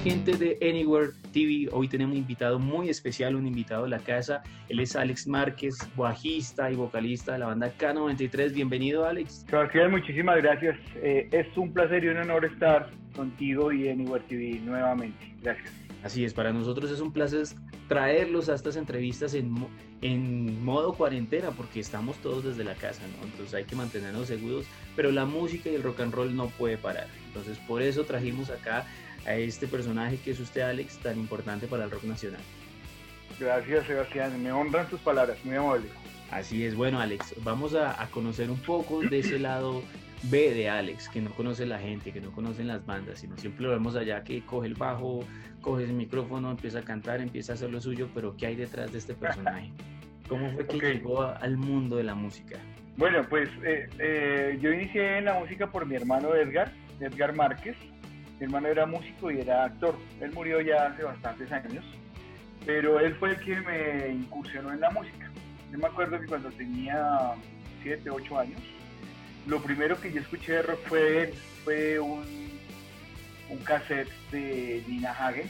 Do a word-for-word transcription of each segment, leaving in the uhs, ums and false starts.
gente de Anywhere T V. Hoy tenemos un invitado muy especial, un invitado de la casa. Él es Alex Márquez, bajista y vocalista de la banda K noventa y tres. Bienvenido, Alex. Sebastián, muchísimas gracias. Eh, es un placer y un honor estar contigo y Anywhere T V nuevamente. Gracias. Así es, para nosotros es un placer traerlos a estas entrevistas en, en modo cuarentena, porque estamos todos desde la casa, ¿no? Entonces hay que mantenernos seguros, pero la música y el rock and roll no puede parar. Entonces por eso trajimos acá a este personaje que es usted, Alex, tan importante para el rock nacional. Gracias, Sebastián, me honran tus palabras, muy amable. Así es. Bueno, Alex, vamos a, a conocer un poco de ese lado B de Alex, que no conoce la gente, que no conocen las bandas, sino siempre lo vemos allá que coge el bajo, coge el micrófono, empieza a cantar, empieza a hacer lo suyo, pero ¿qué hay detrás de este personaje? ¿Cómo fue que okay. llegó a, al mundo de la música? Bueno, pues eh, eh, yo inicié en la música por mi hermano Edgar, Edgar Márquez. Mi hermano era músico y era actor. Él murió ya hace bastantes años, pero él fue el que me incursionó en la música. Yo me acuerdo que cuando tenía siete, ocho años, lo primero que yo escuché de rock fue, fue un, un cassette de Nina Hagen,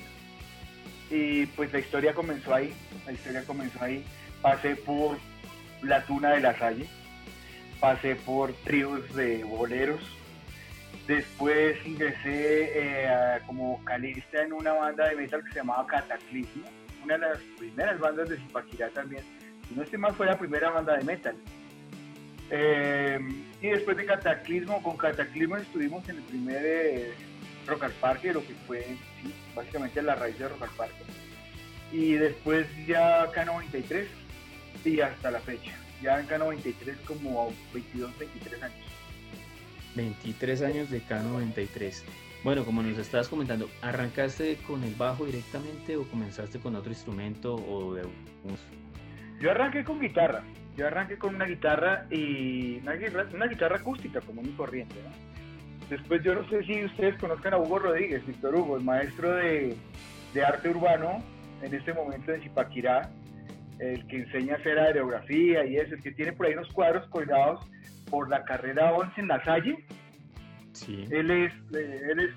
y pues la historia comenzó ahí, la historia comenzó ahí. Pasé por La Tuna de la Salle, pasé por tríos de boleros, después ingresé eh, como vocalista en una banda de metal que se llamaba Cataclismo, una de las primeras bandas de Zipaquirá también, si no estoy mal fue la primera banda de metal. Eh, y después de Cataclismo, con Cataclismo estuvimos en el primer eh, Rock al Parque, lo que fue sí, básicamente la raíz de Rock al Parque, y después ya K noventa y tres y hasta la fecha, ya en K noventa y tres como veintidós, veintitrés años. veintitrés años de K noventa y tres. Bueno, como nos estabas comentando, ¿arrancaste con el bajo directamente o comenzaste con otro instrumento o de Yo arranqué con guitarra, yo arranqué con una guitarra y una, una guitarra acústica común y corriente, ¿no? Después yo no sé si ustedes conozcan a Hugo Rodríguez, Víctor Hugo, el maestro de, de arte urbano en este momento en Zipaquirá, el que enseña a hacer aerografía y eso, el que tiene por ahí unos cuadros colgados por la carrera once en La Salle. Sí. Él es, él es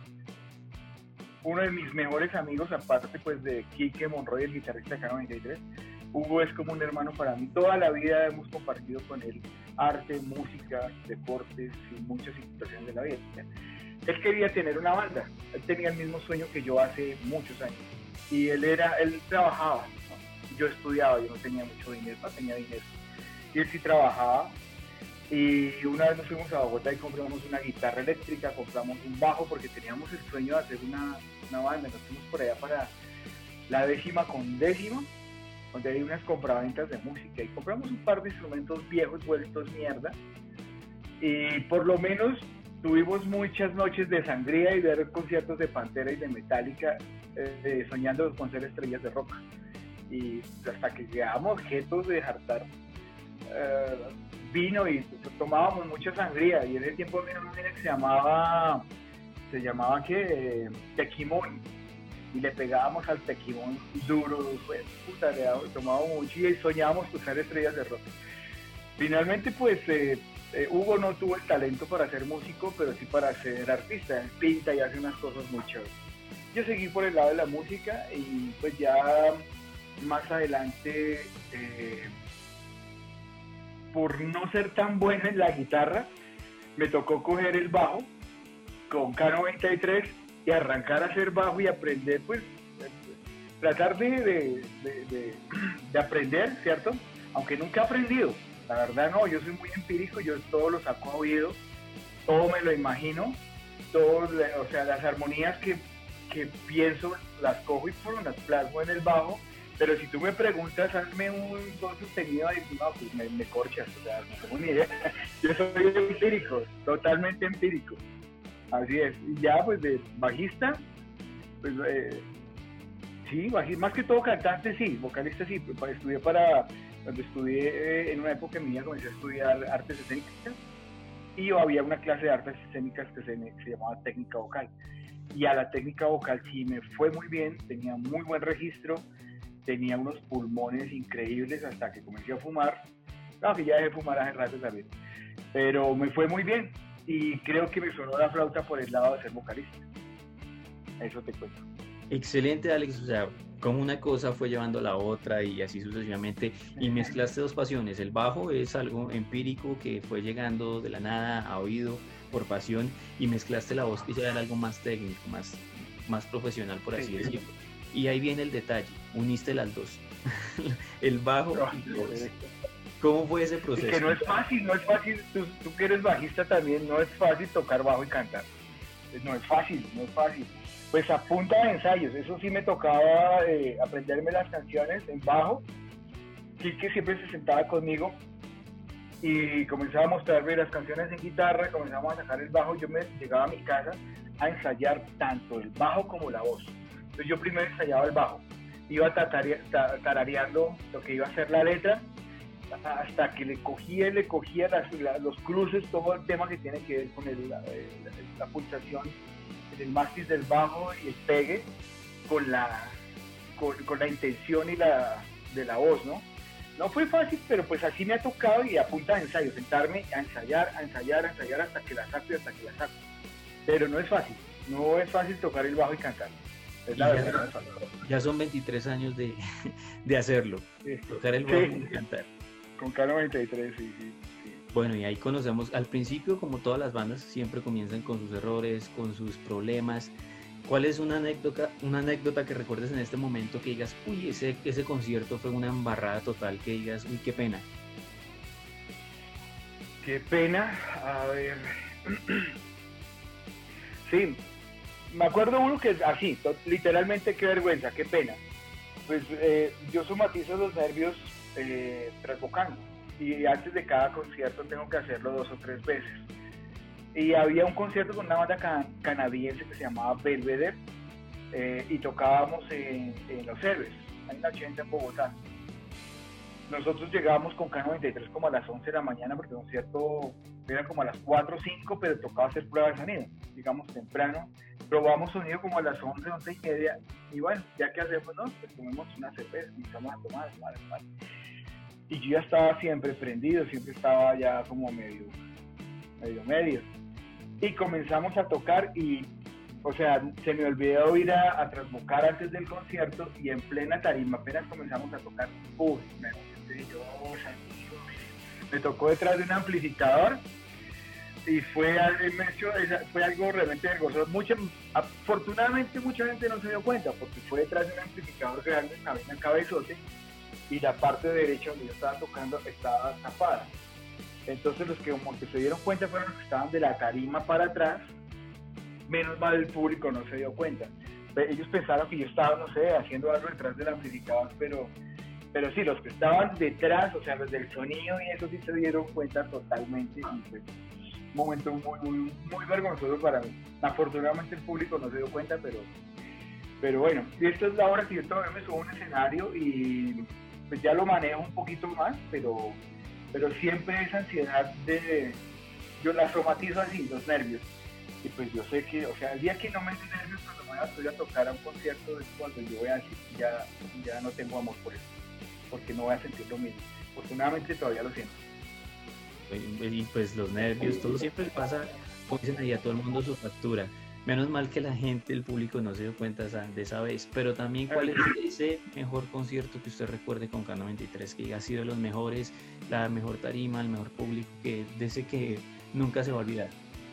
uno de mis mejores amigos, aparte pues de Quique Monroy, el guitarrista de K noventa y tres. Hugo es como un hermano para mí, toda la vida hemos compartido con él arte, música, deportes y muchas situaciones de la vida. Él quería tener una banda, él tenía el mismo sueño que yo hace muchos años, y él era, él trabajaba, ¿no? Yo estudiaba, yo no tenía mucho dinero, no tenía dinero, y él sí trabajaba. Y una vez nos fuimos a Bogotá y compramos una guitarra eléctrica, compramos un bajo porque teníamos el sueño de hacer una, una banda. Nos fuimos por allá para la décima con décima, donde hay unas compraventas de música, y compramos un par de instrumentos viejos vueltos mierda, y por lo menos tuvimos muchas noches de sangría y ver conciertos de Pantera y de Metallica, eh, soñando con ser estrellas de rock, y hasta que llegamos objetos de hartar eh, vino y tomábamos mucha sangría. Y en ese tiempo había una que se llamaba se llamaba que tequimón, y le pegábamos al tequimón duro, pues, puta, le tomábamos mucho y soñábamos con ser estrellas de rock. Finalmente pues eh, eh, Hugo no tuvo el talento para ser músico, pero sí para ser artista. Él pinta y hace unas cosas muy chéveres. Yo seguí por el lado de la música, y pues ya más adelante eh, por no ser tan bueno en la guitarra, me tocó coger el bajo con K noventa y tres y arrancar a hacer bajo y aprender, pues, tratar de, de, de, de, de aprender, ¿cierto? Aunque nunca he aprendido, la verdad no, yo soy muy empírico, yo todo lo saco a oído, todo me lo imagino, todo, o sea, las armonías que, que pienso las cojo y pum, las plasmo en el bajo. Pero si tú me preguntas, hazme un do sostenido ahí, no, pues me, me corchas, o sea, no tengo ni idea. Yo soy empírico, totalmente empírico. Así es. Y ya, pues de bajista, pues eh, sí, bajista, más que todo cantante, sí, vocalista, sí. Estudié para, cuando estudié eh, en una época en mi vida comencé a estudiar artes escénicas, y había una clase de artes escénicas que se, se llamaba técnica vocal. Y a la técnica vocal sí me fue muy bien, tenía muy buen registro, tenía unos pulmones increíbles hasta que comencé a fumar. No, que ya dejé de fumar hace rato también, pero me fue muy bien, y creo que me sonó la flauta por el lado de ser vocalista. Eso te cuento. Excelente, Alex. O sea, como una cosa fue llevando a la otra y así sucesivamente. Y mezclaste dos pasiones. El bajo es algo empírico que fue llegando de la nada a oído por pasión y mezclaste la voz que ya era algo más técnico, más, más profesional, por así Sí, sí. decirlo. Y ahí viene el detalle. Uniste las dos. El bajo No, y la voz. ¿Cómo fue ese y proceso? que no es fácil, no es fácil, tú, tú que eres bajista también, no es fácil tocar bajo y cantar. No es fácil, no es fácil. Pues a punta de ensayos, eso sí me tocaba eh, aprenderme las canciones en bajo. Quique siempre se sentaba conmigo y comenzaba a mostrarme las canciones en guitarra, comenzamos a sacar el bajo, yo me llegaba a mi casa a ensayar tanto el bajo como la voz. Entonces yo primero ensayaba el bajo, iba tatare, tarareando lo que iba a ser la letra, hasta que le cogía, le cogía las, la, los cruces, todo el tema que tiene que ver con el, la, la, la pulsación del mástil del bajo y el pegue con la, con, con la intención y la, de la voz, ¿no? No fue fácil, pero pues así me ha tocado y a punta de ensayo, sentarme a ensayar, a ensayar, a ensayar hasta que la saco y hasta que la saco. Pero no es fácil, no es fácil tocar el bajo y cantar. Es la Y verdad, ya, no es fácil. ya son veintitrés años de, de hacerlo, Sí. tocar el bajo Sí. y cantar. Con K noventa y tres, sí, sí, sí. Bueno, y ahí conocemos, al principio, como todas las bandas, siempre comienzan con sus errores, con sus problemas. ¿Cuál es una anécdota, una anécdota que recuerdes en este momento que digas, uy, ese, ese concierto fue una embarrada total, que digas, uy, qué pena? Qué pena, a ver. Sí, me acuerdo uno que es así, literalmente qué vergüenza, qué pena. Pues eh, yo somatizo los nervios eh, tras vocando y antes de cada concierto tengo que hacerlo dos o tres veces. Y había un concierto con una banda can canadiense que se llamaba Belvedere eh, y tocábamos en, en Los Héroes, en la ochenta en Bogotá. Nosotros llegábamos con K noventa y tres como a las once de la mañana porque el concierto era como a las cuatro o cinco, pero tocaba hacer prueba de sonido, digamos temprano. Probamos sonido como a las once, once y media y bueno, ya que hacemos, ¿no? Pues comemos una cerveza, comenzamos a tomar, tomar, tomar. Y yo ya estaba siempre prendido, siempre estaba ya como medio, medio, medio. Y comenzamos a tocar y, o sea, se me olvidó ir a, a trasbocar antes del concierto y en plena tarima apenas comenzamos a tocar, uy, me emocioné yo, o sea, me tocó detrás de un amplificador y fue, fue algo realmente vergonzoso. Mucha, afortunadamente mucha gente no se dio cuenta porque fue detrás de un amplificador grande, una cabezote, y la parte derecha donde yo estaba tocando estaba tapada. Entonces los que como que se dieron cuenta fueron los que estaban de la tarima para atrás. Menos mal el público no se dio cuenta. Ellos pensaron que yo estaba, no sé, haciendo algo detrás del amplificador, pero, pero sí, los que estaban detrás, o sea, los del sonido y eso sí se dieron cuenta totalmente. Y pues, un momento muy, muy, muy vergonzoso para mí. Afortunadamente el público no se dio cuenta, pero, pero bueno, y esta es la hora que yo todavía me subo a un escenario y pues ya lo manejo un poquito más, pero, pero siempre esa ansiedad de, yo la somatizo así, los nervios. Y pues yo sé que, o sea, el día que no me den nervios cuando me voy a, a tocar a un concierto es cuando yo voy a decir que ya, ya no tengo amor por eso, porque no voy a sentir lo mismo. Afortunadamente todavía lo siento. Y pues los nervios, todo siempre pasa, como dicen ahí, a todo el mundo su factura. Menos mal que la gente, el público no se dio cuenta de esa vez, pero también cuál es ese mejor concierto que usted recuerde con K noventa y tres, que ha sido de los mejores, la mejor tarima, el mejor público, que de ese que nunca se va a olvidar.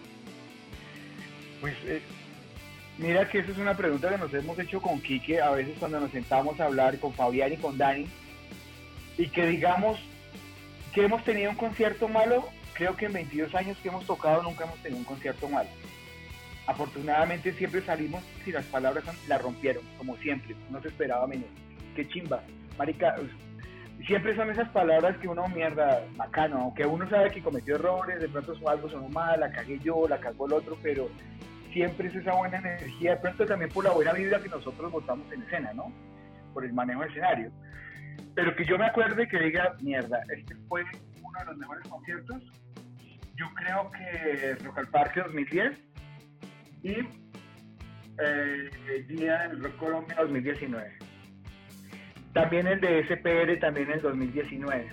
Pues eh, mira que esa es una pregunta que nos hemos hecho con Quique a veces cuando nos sentamos a hablar con Fabián y con Dani, y que digamos que hemos tenido un concierto malo. Creo que en veintidós años que hemos tocado nunca hemos tenido un concierto malo. Afortunadamente siempre salimos y las palabras la rompieron, como siempre, no se esperaba menos. Qué chimba, marica, siempre son esas palabras que uno, mierda, bacano, aunque uno sabe que cometió errores, de pronto algo sonó mal, la cagué yo, la cagó el otro, pero siempre es esa buena energía, de pronto también por la buena vibra que nosotros botamos en escena, ¿no? Por el manejo del escenario. Pero que yo me acuerde que diga, mierda, este fue uno de los mejores conciertos. Yo creo que Rock al Parque dos mil diez y eh, el Día del Rock Colombia dos mil diecinueve. También el de S P R, también el dos mil diecinueve.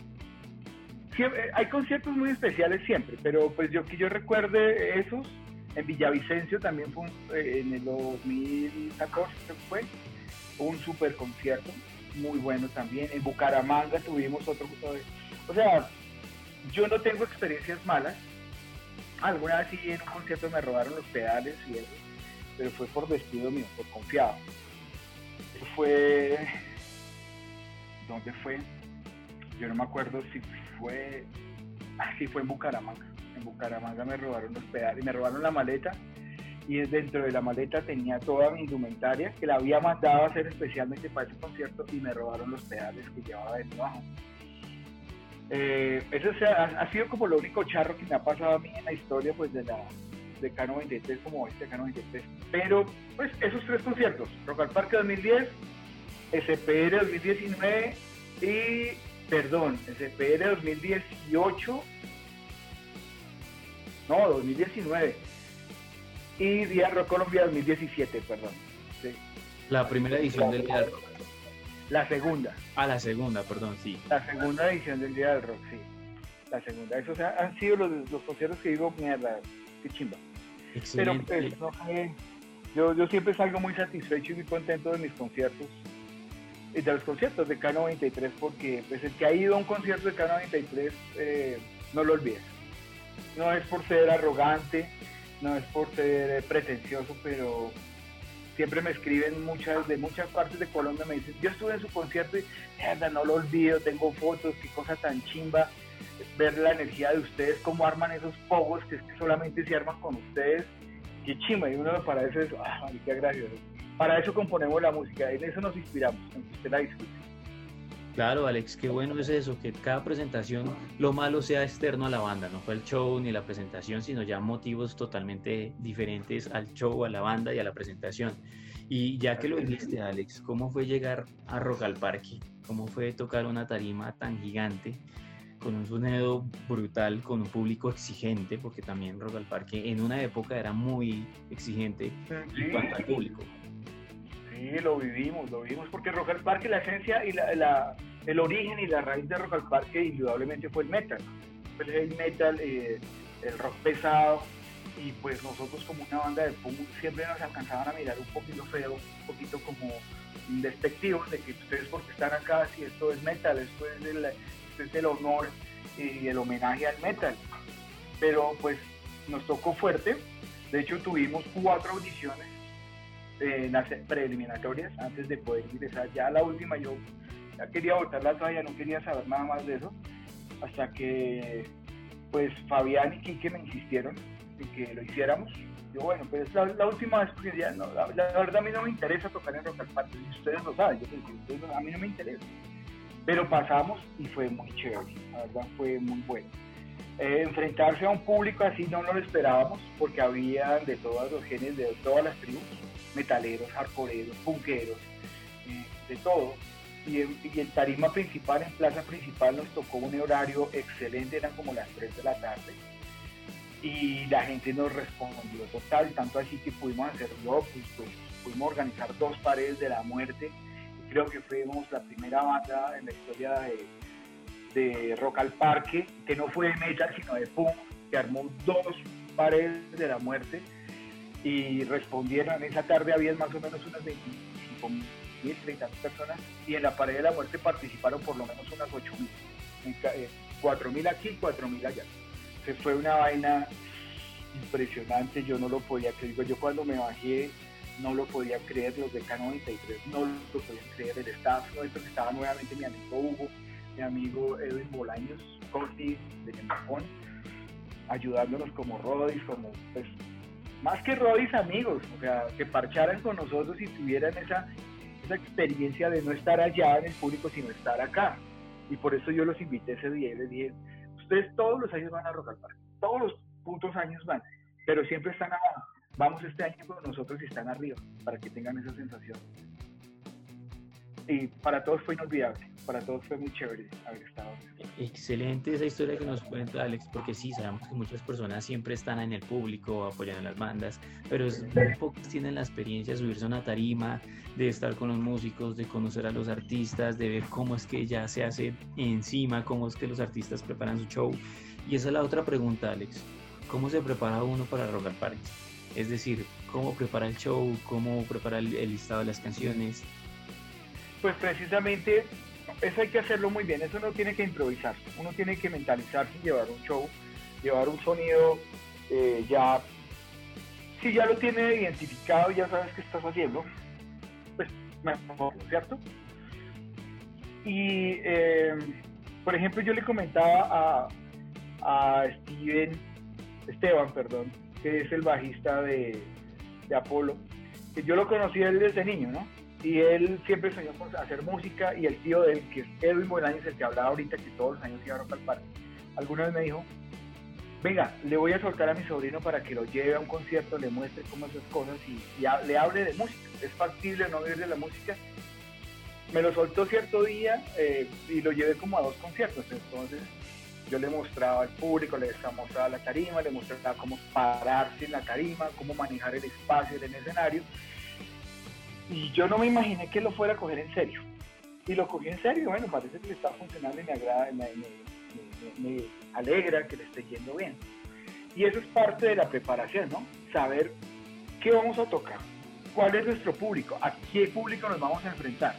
Siempre, hay conciertos muy especiales siempre, pero pues yo que yo recuerde esos, En Villavicencio también fue un, eh, en el dos mil catorce fue un super concierto, muy bueno también. En Bucaramanga tuvimos otro, o sea, yo no tengo experiencias malas. Alguna vez sí en un concierto me robaron los pedales y eso, pero fue por descuido mío, por confiado. Eso fue, ¿dónde fue? Yo no me acuerdo si fue, ah, sí fue en Bucaramanga. En Bucaramanga me robaron los pedales, me robaron la maleta, y dentro de la maleta tenía toda mi indumentaria que la había mandado a hacer especialmente para ese concierto, y me robaron los pedales que llevaba de debajo. Eh, eso ha, ha sido como lo único charro que me ha pasado a mí en la historia, pues, de la de K noventa y tres, como este K noventa y tres. Pero pues esos tres conciertos: Rock al Parque dos mil diez, S P R dos mil diecinueve y, perdón, S P R dos mil dieciocho, no, dos mil diecinueve, y Día Rock Colombia dos mil diecisiete, perdón. Sí. La primera edición del Día del Rock. La segunda. Ah, la segunda, perdón, sí. La segunda edición del Día del Rock, sí. La segunda. Esos han sido los, los conciertos que digo, mierda, qué chimba. Excelente. Pero pues, no sé, yo, yo siempre salgo muy satisfecho y muy contento de mis conciertos, y de los conciertos de K noventa y tres, porque pues, el que ha ido a un concierto de K noventa y tres, eh, no lo olvides. No es por ser arrogante, no es por ser eh, pretencioso, pero siempre me escriben muchas de muchas partes de Colombia, me dicen, yo estuve en su concierto y mierda, no lo olvido, tengo fotos, qué cosa tan chimba ver la energía de ustedes, cómo arman esos pogos que, es que solamente se arman con ustedes, qué chimba. Y uno para eso es, ah, qué gracioso. Para eso componemos la música, en eso nos inspiramos, en que usted la disfrute. Claro, Alex, qué bueno es eso, que cada presentación lo malo sea externo a la banda, no fue el show ni la presentación, sino ya motivos totalmente diferentes al show, a la banda y a la presentación. Y ya que lo dijiste, Alex, ¿cómo fue llegar a Rock al Parque? ¿Cómo fue tocar una tarima tan gigante, con un sonido brutal, con un público exigente? Porque también Rock al Parque en una época era muy exigente sí. en cuanto al público. Sí, lo vivimos, lo vivimos, porque Rock al Parque, la esencia y la, la, el origen y la raíz de Rock al Parque indudablemente fue el metal. Fue el heavy metal, eh, el rock pesado, y pues nosotros como una banda de punk siempre nos alcanzaban a mirar un poquito feo, un poquito como despectivos, de que ustedes porque están acá, si esto es metal, esto es el, esto es el honor y el homenaje al metal. Pero pues nos tocó fuerte. De hecho tuvimos cuatro audiciones en las preliminatorias antes de poder ingresar. Ya la última yo ya quería botar la toalla, no quería saber nada más de eso, hasta que pues Fabián y Quique me insistieron en que lo hiciéramos. Yo, bueno, pues la, la última vez, porque ya no, la, la verdad a mí no me interesa tocar en Rock al Parque, y ustedes lo saben, yo les digo, a mí no me interesa. Pero pasamos y fue muy chévere, la verdad fue muy bueno. Eh, enfrentarse a un público así no nos lo esperábamos, porque había de todos los géneros, de todas las tribus, metaleros, hardcoreeros, punkeros, eh, de todo. Y en, y en tarima principal, en plaza principal, nos tocó un horario excelente, eran como las tres de la tarde. Y la gente nos respondió total, tanto así que pudimos hacerlo, pues, pues pudimos organizar dos paredes de la muerte. Y creo que fuimos la primera banda en la historia de, de Rock al Parque, que no fue de metal, sino de punk, que armó dos paredes de la muerte. Y respondieron, esa tarde había más o menos unas veinticinco mil, treinta mil personas, y en la pared de la muerte participaron por lo menos unas ocho mil, cuatro mil aquí, cuatro mil allá. Se fue una vaina impresionante, yo no lo podía creer. Yo cuando me bajé no lo podía creer, los de K noventa y tres no lo podían creer, el staff, ¿no? Entonces estaba nuevamente mi amigo Hugo, mi amigo Edwin Bolaños, Corti de Japón, ayudándonos como rodis, como pues más que rodis, amigos, o sea, que parcharan con nosotros y tuvieran esa, esa experiencia de no estar allá en el público, sino estar acá. Y por eso yo los invité ese día y les dije, ustedes todos los años van a Rock al Parque, todos los putos años van, pero siempre están abajo. Vamos este año con nosotros y están arriba, para que tengan esa sensación. Y para todos fue inolvidable, para todos fue muy chévere haber estado. Excelente esa historia que nos cuenta Alex, porque sí, sabemos que muchas personas siempre están en el público, apoyan a las bandas, pero es, muy pocos tienen la experiencia de subirse a una tarima, de estar con los músicos, de conocer a los artistas, de ver cómo es que ya se hace encima, cómo es que los artistas preparan su show. Y esa es la otra pregunta, Alex. ¿cómo se prepara uno para Rock al Parque? Es decir, ¿cómo prepara el show? ¿Cómo prepara el, el listado de las canciones? Pues precisamente eso hay que hacerlo muy bien, eso no tiene que improvisar, uno tiene que mentalizarse y llevar un show, llevar un sonido eh, ya, si ya lo tiene identificado, ya sabes qué estás haciendo, pues mejor, ¿cierto? Y eh, por ejemplo yo le comentaba a, a Steven, Esteban, perdón, que es el bajista de, de Apolo, que yo lo conocí él desde niño, ¿no? Y él siempre soñó con hacer música, y el tío de él, que es Edwin Bolaños, el que hablaba ahorita, que todos los años iba a Rock al Parque, alguna vez me dijo, venga, le voy a soltar a mi sobrino para que lo lleve a un concierto, le muestre cómo esas cosas y, y ha, le hable de música. ¿Es factible no vivir de la música? Me lo soltó cierto día eh, y lo llevé como a dos conciertos. Entonces yo le mostraba al público, le mostraba la tarima, le mostraba cómo pararse en la tarima, cómo manejar el espacio en el escenario. Y yo no me imaginé que lo fuera a coger en serio. Y lo cogí en serio, bueno, parece que le está funcionando y me agrada, me, me, me, me alegra que le esté yendo bien. Y eso es parte de la preparación, ¿no? Saber qué vamos a tocar, cuál es nuestro público, a qué público nos vamos a enfrentar.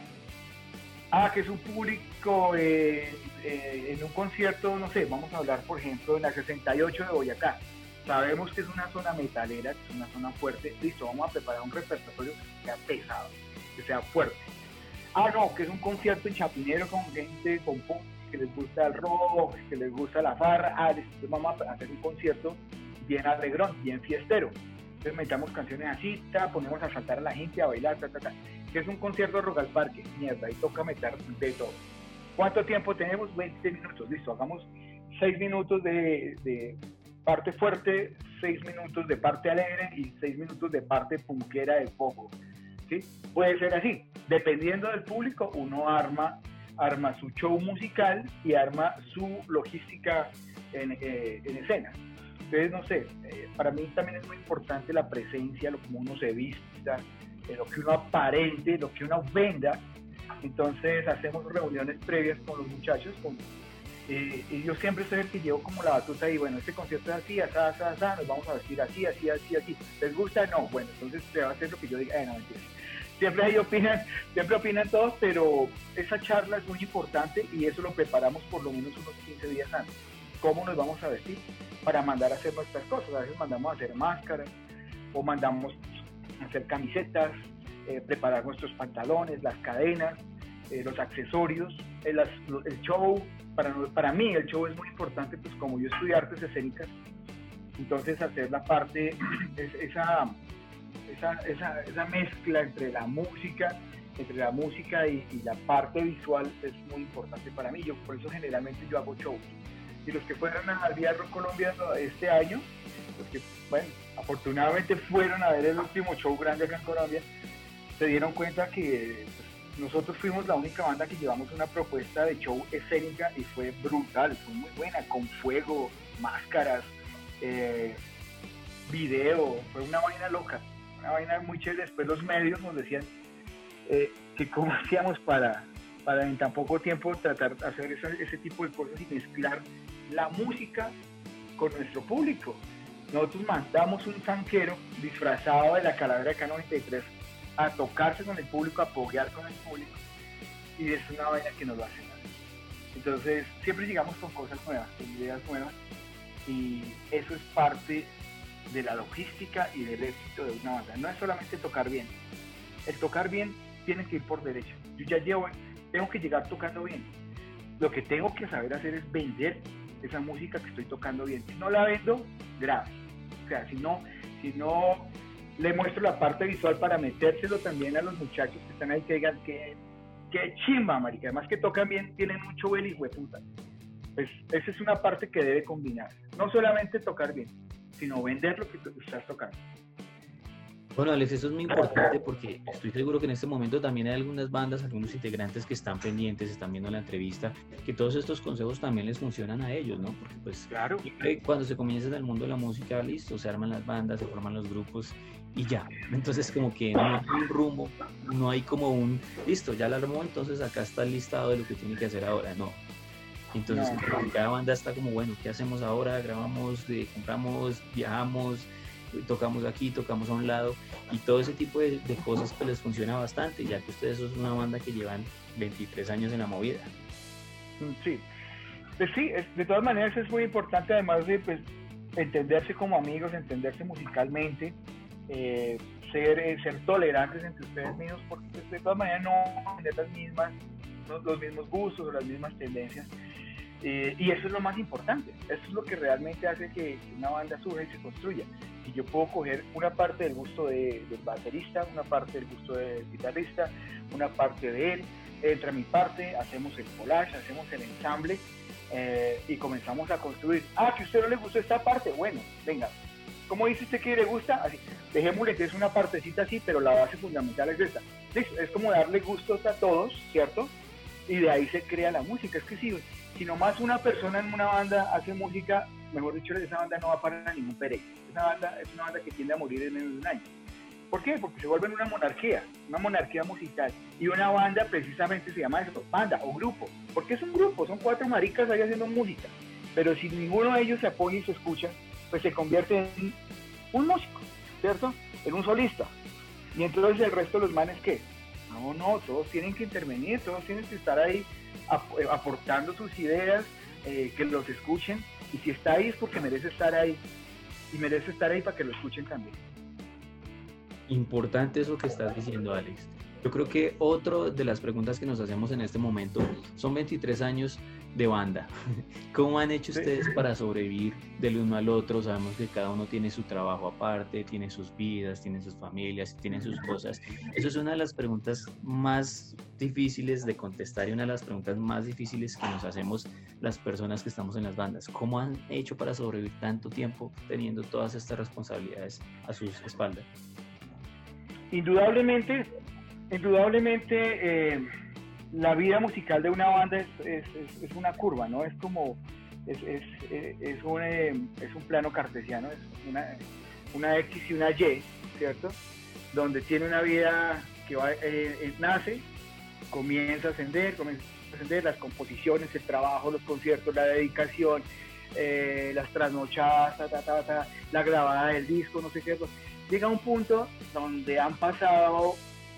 Ah, que es un público eh, eh, en un concierto, no sé, vamos a hablar, por ejemplo, en la sesenta y ocho de Boyacá. Sabemos que es una zona metalera, que es una zona fuerte. Listo, vamos a preparar un repertorio que sea pesado, que sea fuerte. Ah, no, que es un concierto en Chapinero con gente con punk, que les gusta el rock, que les gusta la farra. Ah, listo, vamos a hacer un concierto bien alegrón, bien fiestero. Entonces metamos canciones así, ta, ponemos a saltar a la gente, a bailar, ta, ta, ta. Que es un concierto de Rock al Parque, mierda, ahí toca meter de todo. ¿Cuánto tiempo tenemos? veinte minutos, listo, hagamos seis minutos de... de parte fuerte, seis minutos de parte alegre y seis minutos de parte punkera del poco, ¿sí? Puede ser así, dependiendo del público, uno arma, arma su show musical y arma su logística en, eh, en escena. Entonces, no sé, eh, para mí también es muy importante la presencia, lo como uno se vista, eh, lo que uno aparente, lo que uno venda. Entonces hacemos reuniones previas con los muchachos, con Eh, y yo siempre soy el que llevo como la batuta y bueno, este concierto es así, así, así, así, nos vamos a vestir así, así, así, así. ¿Les gusta? No, bueno, entonces se va a hacer lo que yo diga. Eh, no, mentira. Siempre ahí opinan, siempre opinan todos, pero esa charla es muy importante y eso lo preparamos por lo menos unos quince días antes. ¿Cómo nos vamos a vestir? Para mandar a hacer nuestras cosas. A veces mandamos a hacer máscaras o mandamos a hacer camisetas, eh, preparar nuestros pantalones, las cadenas, eh, los accesorios, el, el show. Para, para mí el show es muy importante, pues como yo estudié artes escénicas, entonces hacer la parte, es, esa, esa, esa, esa mezcla entre la música, entre la música y, y la parte visual es muy importante para mí. Yo, por eso generalmente yo hago shows. Y los que fueron al Vía Rock Colombia este año, los que, bueno, afortunadamente fueron a ver el último show grande acá en Colombia, se dieron cuenta que pues, nosotros fuimos la única banda que llevamos una propuesta de show escénica y fue brutal, fue muy buena, con fuego, máscaras, eh, video, fue una vaina loca, una vaina muy chévere. Después los medios nos decían eh, que cómo hacíamos para, para en tan poco tiempo tratar de hacer ese, ese tipo de cosas y mezclar la música con nuestro público. Nosotros mandamos un zanquero disfrazado de la calavera de K noventa y tres a tocarse con el público, a poguear con el público, y es una vaina que nos lo hace mal. Entonces siempre llegamos con cosas nuevas, con ideas nuevas, y eso es parte de la logística y del éxito de una banda. No es solamente tocar bien, el tocar bien tiene que ir por derecho. Yo ya llevo, tengo que llegar tocando bien, lo que tengo que saber hacer es vender esa música que estoy tocando bien. Si no la vendo, grave. O sea, si no, si no le muestro la parte visual para metérselo también a los muchachos que están ahí, que digan que, que chimba, marica, además que tocan bien, tienen mucho bel hijo de puta. Pues esa es una parte que debe combinar, no solamente tocar bien, sino vender lo que estás tocando. Bueno, Alex, eso es muy importante porque estoy seguro que en este momento también hay algunas bandas, algunos integrantes que están pendientes, están viendo la entrevista, que todos estos consejos también les funcionan a ellos, ¿no? Porque pues claro, cuando se comienza en el mundo de la música, listo, se arman las bandas, se forman los grupos y ya. Entonces como que no hay un rumbo, no hay como un, listo, ya la armó, entonces acá está el listado de lo que tiene que hacer ahora, no. Entonces No. cada banda está como, bueno, ¿qué hacemos ahora? Grabamos, eh, compramos, viajamos, eh, tocamos aquí, tocamos a un lado, y todo ese tipo de, de cosas pues les funciona bastante, ya que ustedes son una banda que llevan veintitrés años en la movida. Sí, pues sí, es, de todas maneras es muy importante, además de pues, entenderse como amigos, entenderse musicalmente, eh, ser, eh, ser tolerantes entre ustedes mismos, porque pues, de todas maneras no van a tener las mismas, no, los mismos gustos o las mismas tendencias. Eh, y eso es lo más importante, eso es lo que realmente hace que una banda surja y se construya. Si yo puedo coger una parte del gusto de, del baterista, una parte del gusto del guitarrista, una parte de él, entra mi parte, hacemos el collage, hacemos el ensamble, eh, y comenzamos a construir. Ah, que a usted no le gustó esta parte, bueno, venga, ¿cómo dice usted que le gusta? Así, dejémosle que es una partecita así, pero la base fundamental es esta. Listo, es como darle gustos a todos, ¿cierto? Y de ahí se crea la música. Es que si, si nomás una persona en una banda hace música, mejor dicho, esa banda no va para ningún perey. Esa banda es una banda que tiende a morir en menos de un año. ¿Por qué? Porque se vuelven una monarquía, una monarquía musical. Y una banda precisamente se llama eso, banda o grupo. Porque es un grupo, son cuatro maricas ahí haciendo música. Pero si ninguno de ellos se apoya y se escucha, pues se convierte en un músico, ¿cierto? En un solista. Y entonces el resto de los manes, ¿qué? No, no, todos tienen que intervenir, todos tienen que estar ahí ap aportando sus ideas, eh, que los escuchen. Y si está ahí es porque merece estar ahí. Y merece estar ahí para que lo escuchen también. Importante eso que estás diciendo, Alex. Yo creo que otra de las preguntas que nos hacemos en este momento son veintitrés años de banda. ¿Cómo han hecho ustedes sí. para sobrevivir del uno al otro? Sabemos que cada uno tiene su trabajo aparte, tiene sus vidas, tiene sus familias, tiene sus cosas. Eso es una de las preguntas más difíciles de contestar y una de las preguntas más difíciles que nos hacemos las personas que estamos en las bandas. ¿Cómo han hecho para sobrevivir tanto tiempo teniendo todas estas responsabilidades a sus espaldas? Indudablemente, indudablemente eh, la vida musical de una banda es, es, es, es una curva, ¿no? Es como, es, es, es, un, es un plano cartesiano, es una, una X y una Y, ¿cierto? Donde tiene una vida que va, eh, nace, comienza a ascender, comienza a ascender, las composiciones, el trabajo, los conciertos, la dedicación, eh, las trasnochadas, ta, ta, ta, ta, la grabada del disco, no sé qué. Llega a un punto donde han pasado,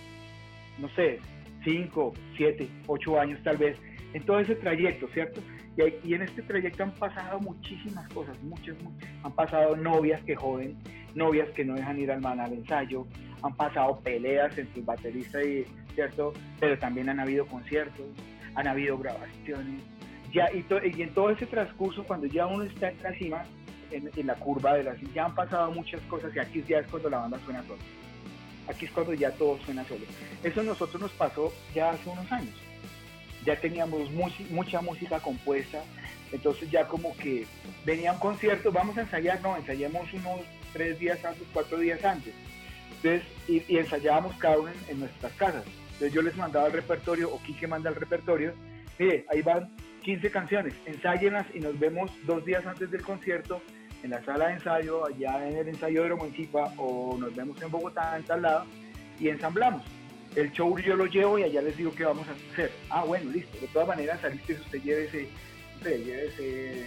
no sé, cinco, siete, ocho años tal vez, en todo ese trayecto, ¿cierto? Y, hay, y en este trayecto han pasado muchísimas cosas, muchas, muchas. Han pasado novias que joden, novias que no dejan ir al man al ensayo, han pasado peleas entre el baterista y, ¿cierto? Pero también han habido conciertos, han habido grabaciones, ya, y, to, y en todo ese transcurso, cuando ya uno está en la cima, En, en la curva de la cima, ya han pasado muchas cosas y aquí ya es cuando la banda suena solo. Aquí es cuando ya todo suena solo. Eso a nosotros nos pasó ya hace unos años. Ya teníamos mucha música compuesta, entonces ya como que venía un concierto, vamos a ensayar, no, ensayamos unos tres días antes, cuatro días antes. Entonces, y, y ensayábamos cada uno en, en nuestras casas. Entonces yo les mandaba el repertorio, o Quique manda el repertorio, mire, ahí van quince canciones, ensáyenlas y nos vemos dos días antes del concierto en la sala de ensayo, allá en el ensayódromo en Chipa, o nos vemos en Bogotá, en tal lado, y ensamblamos. El show yo lo llevo y allá les digo qué vamos a hacer. Ah, bueno, listo. De todas maneras, saliste, usted llévese, usted llévese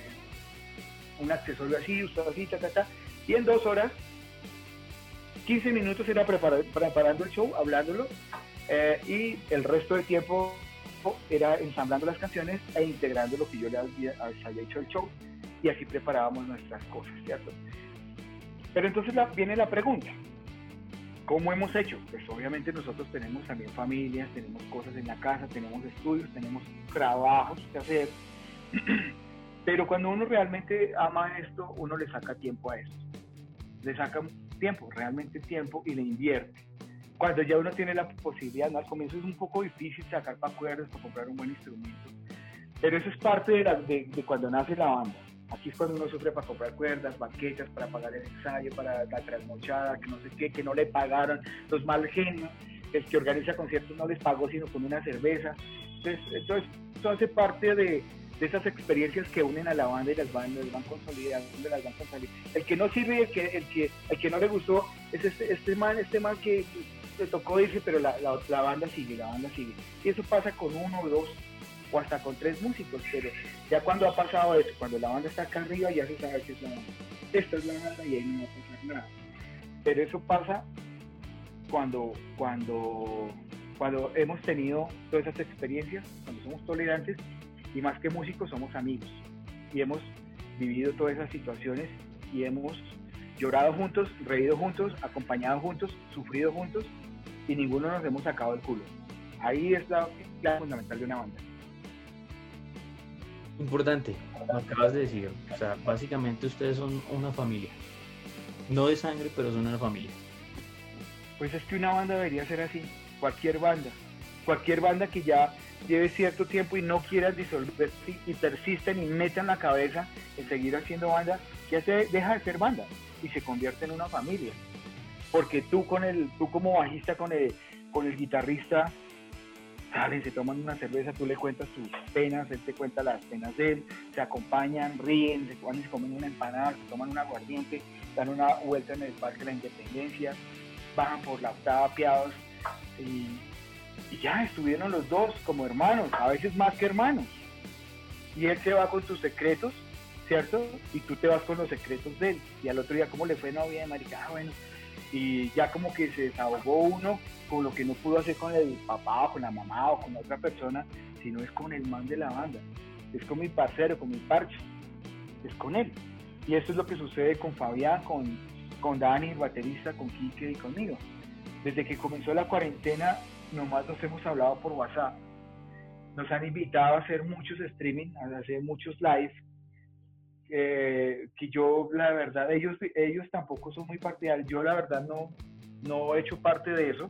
un accesorio así, usted así, ta, ta, ta. Y en dos horas, quince minutos era preparar, preparando el show, hablándolo, eh, y el resto del tiempo era ensamblando las canciones e integrando lo que yo les había, había hecho el show. Y así preparábamos nuestras cosas, ¿cierto? Pero entonces la, viene la pregunta, ¿cómo hemos hecho? Pues obviamente nosotros tenemos también familias, tenemos cosas en la casa, tenemos estudios, tenemos trabajos que hacer, pero cuando uno realmente ama esto, uno le saca tiempo a esto, le saca tiempo, realmente tiempo, y le invierte. Cuando ya uno tiene la posibilidad, ¿no? Al comienzo es un poco difícil sacar para cuerdas, para comprar un buen instrumento, pero eso es parte de, la, de, de cuando nace la banda. Aquí es cuando uno sufre para comprar cuerdas, baquetas, para pagar el ensayo, para la trasnochada, que no sé qué, que no le pagaron, los mal genios, el que organiza conciertos no les pagó sino con una cerveza. Entonces, entonces eso hace parte de, de esas experiencias que unen a la banda y las bandas, las van consolidando, las van consolidando. El que no sirve y el que, el que, el que no le gustó es este, este man, este man que le tocó irse, pero la, la, la banda sigue, la banda sigue. Y eso pasa con uno o dos o hasta con tres músicos, pero ya cuando ha pasado eso, cuando la banda está acá arriba, ya se sabe que es la banda. Esta es la banda y ahí no va a pasar nada. Pero eso pasa cuando, cuando, cuando hemos tenido todas esas experiencias, cuando somos tolerantes y más que músicos somos amigos y hemos vivido todas esas situaciones y hemos llorado juntos, reído juntos, acompañado juntos, sufrido juntos y ninguno nos hemos sacado el culo. Ahí es la clave fundamental de una banda. Importante, lo acabas de decir, o sea, básicamente ustedes son una familia, no de sangre, pero son una familia. Pues es que una banda debería ser así, cualquier banda, cualquier banda que ya lleve cierto tiempo y no quieran disolverse y persisten y metan la cabeza en seguir haciendo banda, ya se deja de ser banda y se convierte en una familia. Porque tú con el, tú como bajista con el, con el guitarrista salen, se toman una cerveza, tú le cuentas tus penas, él te cuenta las penas de él, se acompañan, ríen, se, van, se comen una empanada, se toman un aguardiente, dan una vuelta en el Parque de la Independencia, bajan por la octava apiados y, y ya estuvieron los dos como hermanos, a veces más que hermanos. Y él se va con tus secretos, ¿cierto? Y tú te vas con los secretos de él. Y al otro día, ¿cómo le fue? No, bien, marica, ah, bueno. Y ya como que se desahogó uno con lo que no pudo hacer con el papá o con la mamá o con la otra persona, sino es con el man de la banda. Es con mi parcero, con mi parche. Es con él. Y esto es lo que sucede con Fabián, con, con Dani, el baterista, con Quique y conmigo. Desde que comenzó la cuarentena, nomás nos hemos hablado por WhatsApp. Nos han invitado a hacer muchos streaming, a hacer muchos live. Eh, que yo, la verdad, ellos, ellos tampoco son muy partidarios. Yo, la verdad, no, no he hecho parte de eso.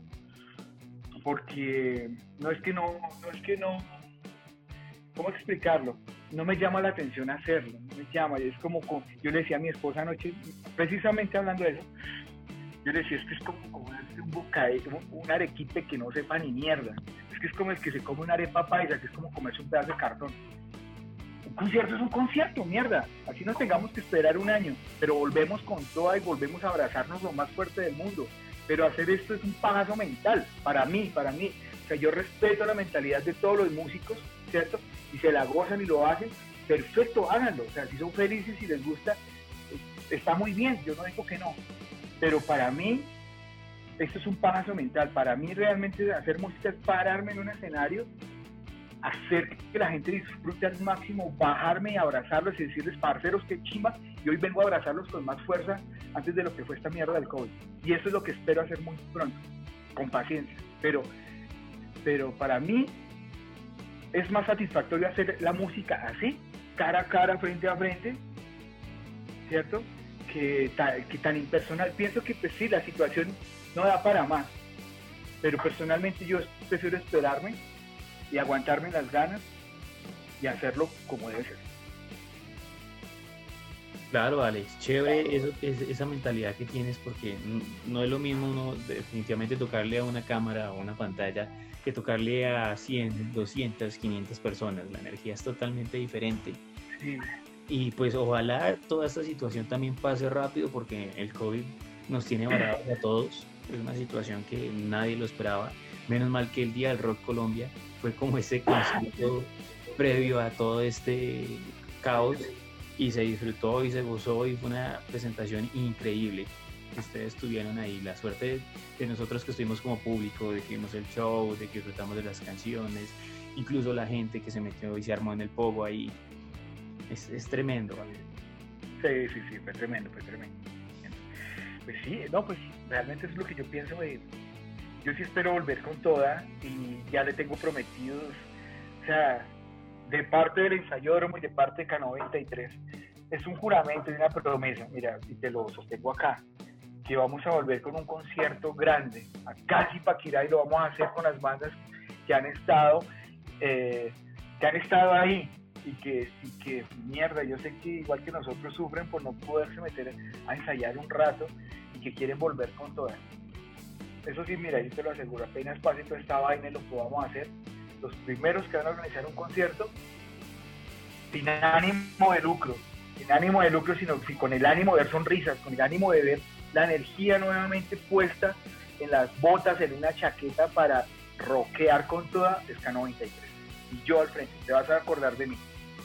Porque no es que no, no es que no. ¿Cómo explicarlo? No me llama la atención hacerlo, no me llama, es como, yo le decía a mi esposa anoche, precisamente hablando de eso, yo le decía, es que es como comerse un bocadillo, un arequipe que no sepa ni mierda, es que es como el que se come una arepa paisa, que es como comerse un pedazo de cartón. Un concierto es un concierto, mierda, así no tengamos que esperar un año, pero volvemos con toda y volvemos a abrazarnos lo más fuerte del mundo, pero hacer esto es un pajazo mental, para mí, para mí, o sea, yo respeto la mentalidad de todos los músicos, ¿cierto? Y se la gozan y lo hacen, perfecto, háganlo. O sea, si son felices y les gusta, está muy bien, yo no digo que no. Pero para mí, esto es un paso mental. Para mí realmente hacer música es pararme en un escenario, hacer que la gente disfrute al máximo, bajarme y abrazarlos y decirles, parceros, qué chimba, y hoy vengo a abrazarlos con más fuerza antes de lo que fue esta mierda del COVID. Y eso es lo que espero hacer muy pronto, con paciencia. Pero, pero para mí, es más satisfactorio hacer la música así, cara a cara, frente a frente, ¿cierto? Que, ta, que tan impersonal. Pienso que pues sí, la situación no da para más, pero personalmente yo prefiero esperarme y aguantarme las ganas y hacerlo como debe ser. Claro, Alex, chévere eso, esa mentalidad que tienes, porque no es lo mismo uno definitivamente tocarle a una cámara o una pantalla que tocarle a cien, doscientas, quinientas personas. La energía es totalmente diferente. Sí. Y pues ojalá toda esta situación también pase rápido, porque el COVID nos tiene varados a todos. Es una situación que nadie lo esperaba. Menos mal que el Día del Rock Colombia fue como ese concierto previo a todo este caos, y se disfrutó y se gozó y fue una presentación increíble. Ustedes estuvieron ahí, la suerte de nosotros que estuvimos como público, de que vimos el show, de que disfrutamos de las canciones, incluso la gente que se metió y se armó en el pogo ahí, es, es tremendo, ¿vale? Sí, sí, sí, fue tremendo, fue tremendo. Pues sí, no, pues realmente eso es lo que yo pienso de, yo sí espero volver con toda y ya le tengo prometidos, o sea, de parte del Ensayódromo y de parte de K noventa y tres, es un juramento y una promesa, mira, y te lo sostengo acá, que vamos a volver con un concierto grande, acá en Zipaquirá, y lo vamos a hacer con las bandas que han estado, eh, que han estado ahí, y que, y que, mierda, yo sé que igual que nosotros sufren por no poderse meter a ensayar un rato, y que quieren volver con todas. Eso sí, mira, yo te lo aseguro, apenas pase toda esta vaina y lo podamos hacer, los primeros que van a organizar un concierto, sin ánimo de lucro, sin ánimo de lucro, sino con el ánimo de ver sonrisas, con el ánimo de ver la energía nuevamente puesta en las botas, en una chaqueta para rockear con toda, es K noventa y tres. y yo al frente, te vas a acordar de mí.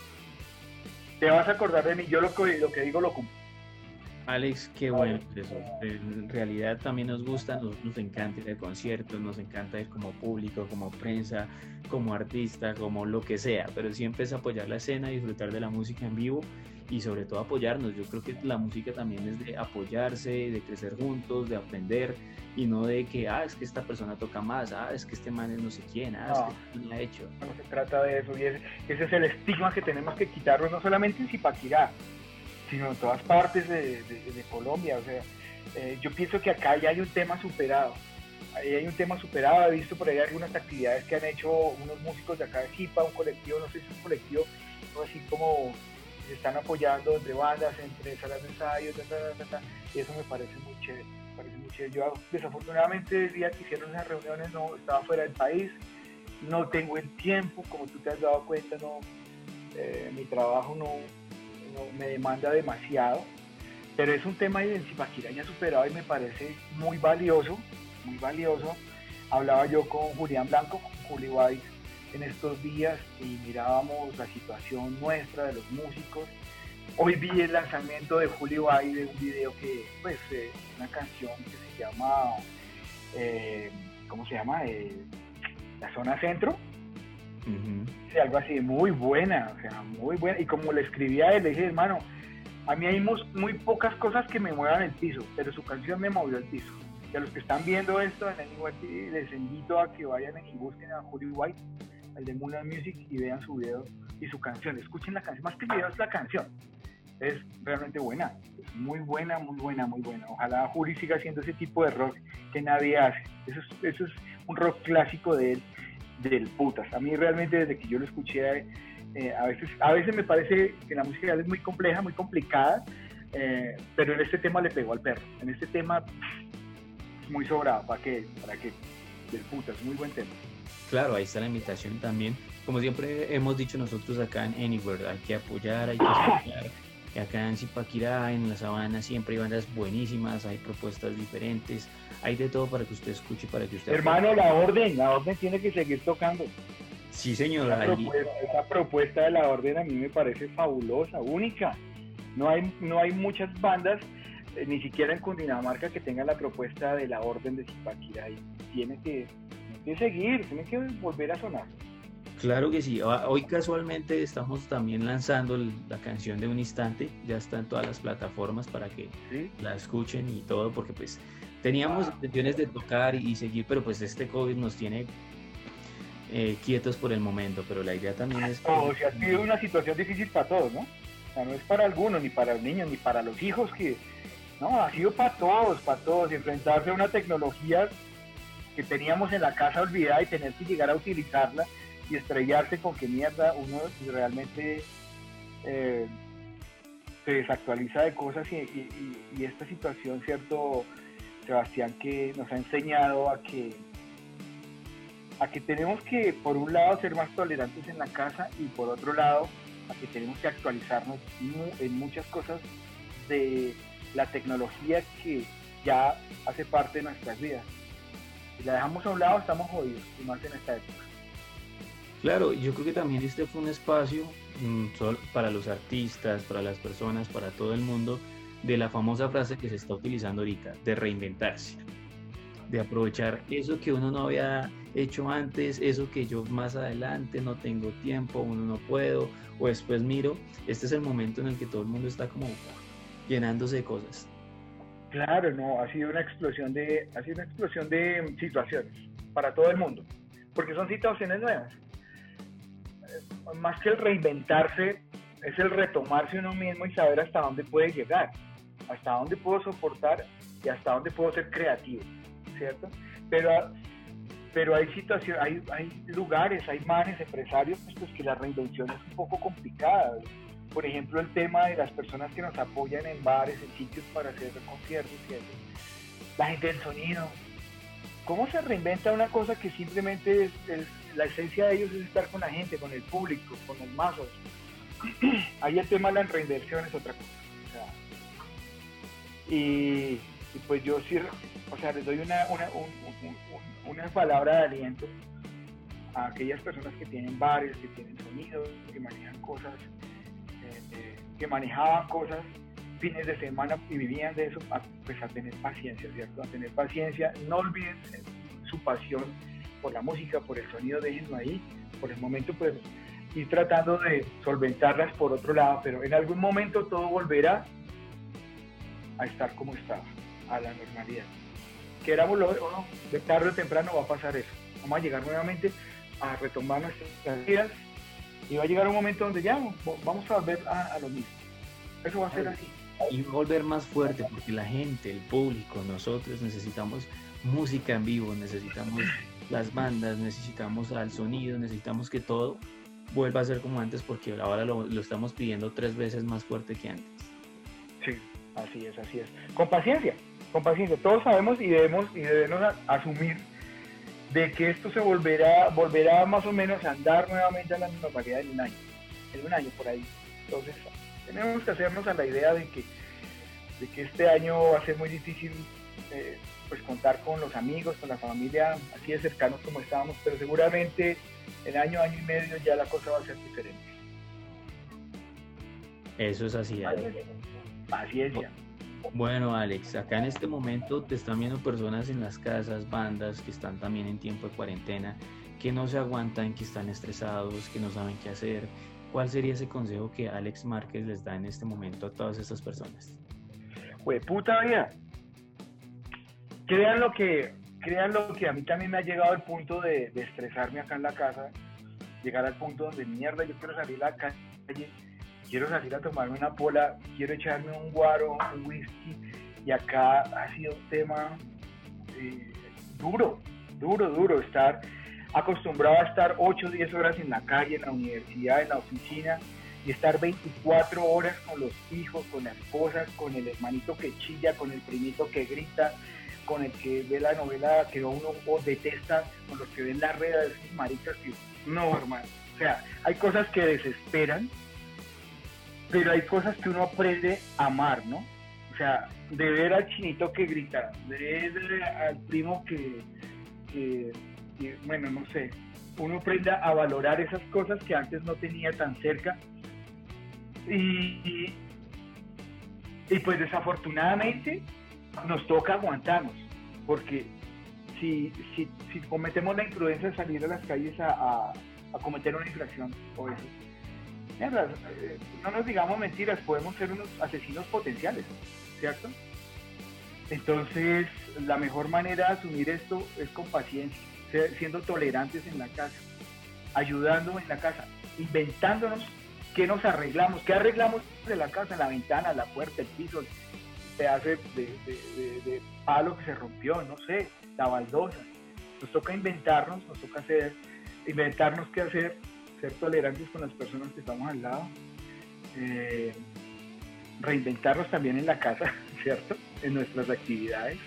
Te vas a acordar de mí, yo lo que, lo que digo lo cumplo. Alex, qué bueno eso. En realidad también nos gusta, nos, nos encanta ir a conciertos, nos encanta ir como público, como prensa, como artista, como lo que sea, pero siempre es apoyar la escena, disfrutar de la música en vivo y sobre todo apoyarnos. Yo creo que la música también es de apoyarse, de crecer juntos, de aprender y no de que, ah, es que esta persona toca más, ah, es que este man es no sé quién, ah, No, es que no ha hecho. No se trata de eso y ese, ese es el estigma que tenemos que quitarnos, no solamente en Zipaquirá, sino en todas partes de, de, de Colombia. O sea, eh, yo pienso que acá ya hay un tema superado. Ahí hay un tema superado. He visto por ahí algunas actividades que han hecho unos músicos de acá de Zipa, un colectivo, no sé si es un colectivo, no, así como se están apoyando entre bandas, entre salas de ensayo, ta, ta, ta, ta, y eso me parece muy chévere. Me parece muy chévere. Yo desafortunadamente el día que hicieron esas reuniones no estaba fuera del país, no tengo el tiempo, como tú te has dado cuenta, no, eh, mi trabajo no me demanda demasiado, pero es un tema de Zipaquirá ya superado y me parece muy valioso, muy valioso. Hablaba yo con Julián Blanco, con Juli White en estos días y mirábamos la situación nuestra de los músicos. Hoy vi el lanzamiento de Juli White de un video que, pues, eh, una canción que se llama, eh, ¿cómo se llama? Eh, La Zona Centro. Uh-huh. Sí, algo así, muy buena, o sea, muy buena. Y como le escribí a él, le dije, hermano, a mí hay muy pocas cosas que me muevan el piso, pero su canción me movió el piso. Y a los que están viendo esto en el T V, les invito a que vayan y busquen a Juli White, el de Moonlight Music, y vean su video y su canción. Escuchen la canción, más que el video es la canción. Es realmente buena, es muy buena, muy buena, muy buena. Ojalá Juli siga haciendo ese tipo de rock que nadie hace. Eso es, eso es un rock clásico de él, del putas. A mí realmente desde que yo lo escuché, eh, a veces a veces me parece que la música es muy compleja, muy complicada, eh, pero en este tema le pegó al perro. En este tema es muy sobrado, ¿para qué? Para que del putas, muy buen tema. Claro, ahí está la invitación también. Como siempre hemos dicho nosotros acá en Anywhere, hay que apoyar, hay que apoyar. Y acá en Zipaquirá, en la Sabana, siempre hay bandas buenísimas, hay propuestas diferentes, hay de todo para que usted escuche, para que usted... Hermano, apoye. la orden, la orden tiene que seguir tocando. Sí, señor. Esa propuesta, esa propuesta de la orden a mí me parece fabulosa, única. No hay, no hay muchas bandas, eh, ni siquiera en Cundinamarca, que tengan la propuesta de la orden de Zipaquirá. Y tiene que, tiene que seguir, tiene que volver a sonar. Claro que sí. Hoy casualmente estamos también lanzando el, la canción de Un Instante. Ya está en todas las plataformas para que ¿sí? la escuchen y todo, porque pues teníamos ah, intenciones de tocar y, y seguir, pero pues este COVID nos tiene eh, quietos por el momento. Pero la idea también es... Que... O sea, ha sido una situación difícil para todos, ¿no? O sea, no es para algunos, ni para los niños, ni para los hijos, que... No, ha sido para todos, para todos. Enfrentarse a una tecnología que teníamos en la casa olvidada y tener que llegar a utilizarla y estrellarse con que mierda uno realmente eh, se desactualiza de cosas y, y, y esta situación, cierto, Sebastián, que nos ha enseñado a que a que tenemos que, por un lado, ser más tolerantes en la casa y por otro lado, a que tenemos que actualizarnos en muchas cosas de la tecnología que ya hace parte de nuestras vidas. Si la dejamos a un lado, estamos jodidos, y más en esta época. Claro, yo creo que también este fue un espacio mmm, para los artistas, para las personas, para todo el mundo, de la famosa frase que se está utilizando ahorita, de reinventarse, de aprovechar eso que uno no había hecho antes, eso que yo más adelante no tengo tiempo, uno no puedo, o después miro. Este es el momento en el que todo el mundo está como llenándose de cosas. Claro, no, ha sido una explosión de, ha sido una explosión de situaciones para todo el mundo, porque son situaciones nuevas. Más que el reinventarse, es el retomarse uno mismo y saber hasta dónde puede llegar, hasta dónde puedo soportar y hasta dónde puedo ser creativo, ¿cierto? Pero, pero hay situaciones, hay, hay lugares, hay manes, empresarios, pues que la reinvención es un poco complicada. Por ejemplo, el tema de las personas que nos apoyan en bares, en sitios para hacer conciertos, ¿cierto? La gente del sonido. ¿Cómo se reinventa una cosa que simplemente es, es la esencia de ellos es estar con la gente, con el público, con el mazo? Ahí el tema de la reinversión es otra cosa. O sea, y, y pues yo sí, o sea, les doy una, una, un, un, un, una palabra de aliento a aquellas personas que tienen bares, que tienen sonidos, que manejan cosas, eh, eh, que manejaban cosas fines de semana y vivían de eso, a, pues a tener paciencia, ¿cierto? A tener paciencia, no olviden su pasión por la música, por el sonido, déjenlo ahí, por el momento pues ir tratando de solventarlas por otro lado, pero en algún momento todo volverá a estar como estaba, a la normalidad. Querámoslo o no, de tarde o temprano va a pasar eso. Vamos a llegar nuevamente a retomar nuestras vidas y va a llegar un momento donde ya vamos a volver a, a lo mismo. Eso va a ser así. Y volver más fuerte, porque la gente, el público, nosotros necesitamos música en vivo, necesitamos las bandas, necesitamos al sonido, necesitamos que todo vuelva a ser como antes, porque ahora lo, lo estamos pidiendo tres veces más fuerte que antes. Sí, así es, así es. Con paciencia, con paciencia. Todos sabemos y debemos, y debemos a, asumir de que esto se volverá, volverá más o menos a andar nuevamente a la normalidad en un año, en un año por ahí. Entonces, tenemos que hacernos a la idea de que, de que este año va a ser muy difícil eh, pues contar con los amigos, con la familia, así de cercanos como estábamos, pero seguramente en año, año y medio ya la cosa va a ser diferente. Eso es así, Alex. Paciencia. Bueno, Alex, acá en este momento te están viendo personas en las casas, bandas que están también en tiempo de cuarentena, que no se aguantan, que están estresados, que no saben qué hacer. ¿Cuál sería ese consejo que Alex Márquez les da en este momento a todas estas personas? Pues puta vida. Crean lo que, crean lo que a mí también me ha llegado al punto de, de estresarme acá en la casa, llegar al punto donde mierda, yo quiero salir a la calle, quiero salir a tomarme una pola, quiero echarme un guaro, un whisky, y acá ha sido un tema eh, duro, duro, duro, estar acostumbrado a estar ocho o diez horas en la calle, en la universidad, en la oficina, y estar veinticuatro horas con los hijos, con las esposas, con el hermanito que chilla, con el primito que grita, con el que ve la novela que uno o detesta, con los que ven la red de esos maricas que no, hermano. O sea, hay cosas que desesperan, pero hay cosas que uno aprende a amar, ¿no? O sea, de ver al chinito que grita, de ver al primo que, que, que bueno, no sé, uno aprende a valorar esas cosas que antes no tenía tan cerca. Y, y, y pues desafortunadamente nos toca aguantarnos, porque si, si, si cometemos la imprudencia de salir a las calles a, a, a cometer una infracción o eso, mierda, no nos digamos mentiras, podemos ser unos asesinos potenciales, ¿cierto? Entonces, la mejor manera de asumir esto es con paciencia, siendo tolerantes en la casa, ayudando en la casa, inventándonos qué nos arreglamos, qué arreglamos de la casa, la ventana, la puerta, el piso, el pedazo de, de, de, de palo que se rompió, no sé, la baldosa. Nos toca inventarnos, nos toca hacer, inventarnos qué hacer, ser tolerantes con las personas que estamos al lado, eh, reinventarnos también en la casa, ¿cierto? En nuestras actividades.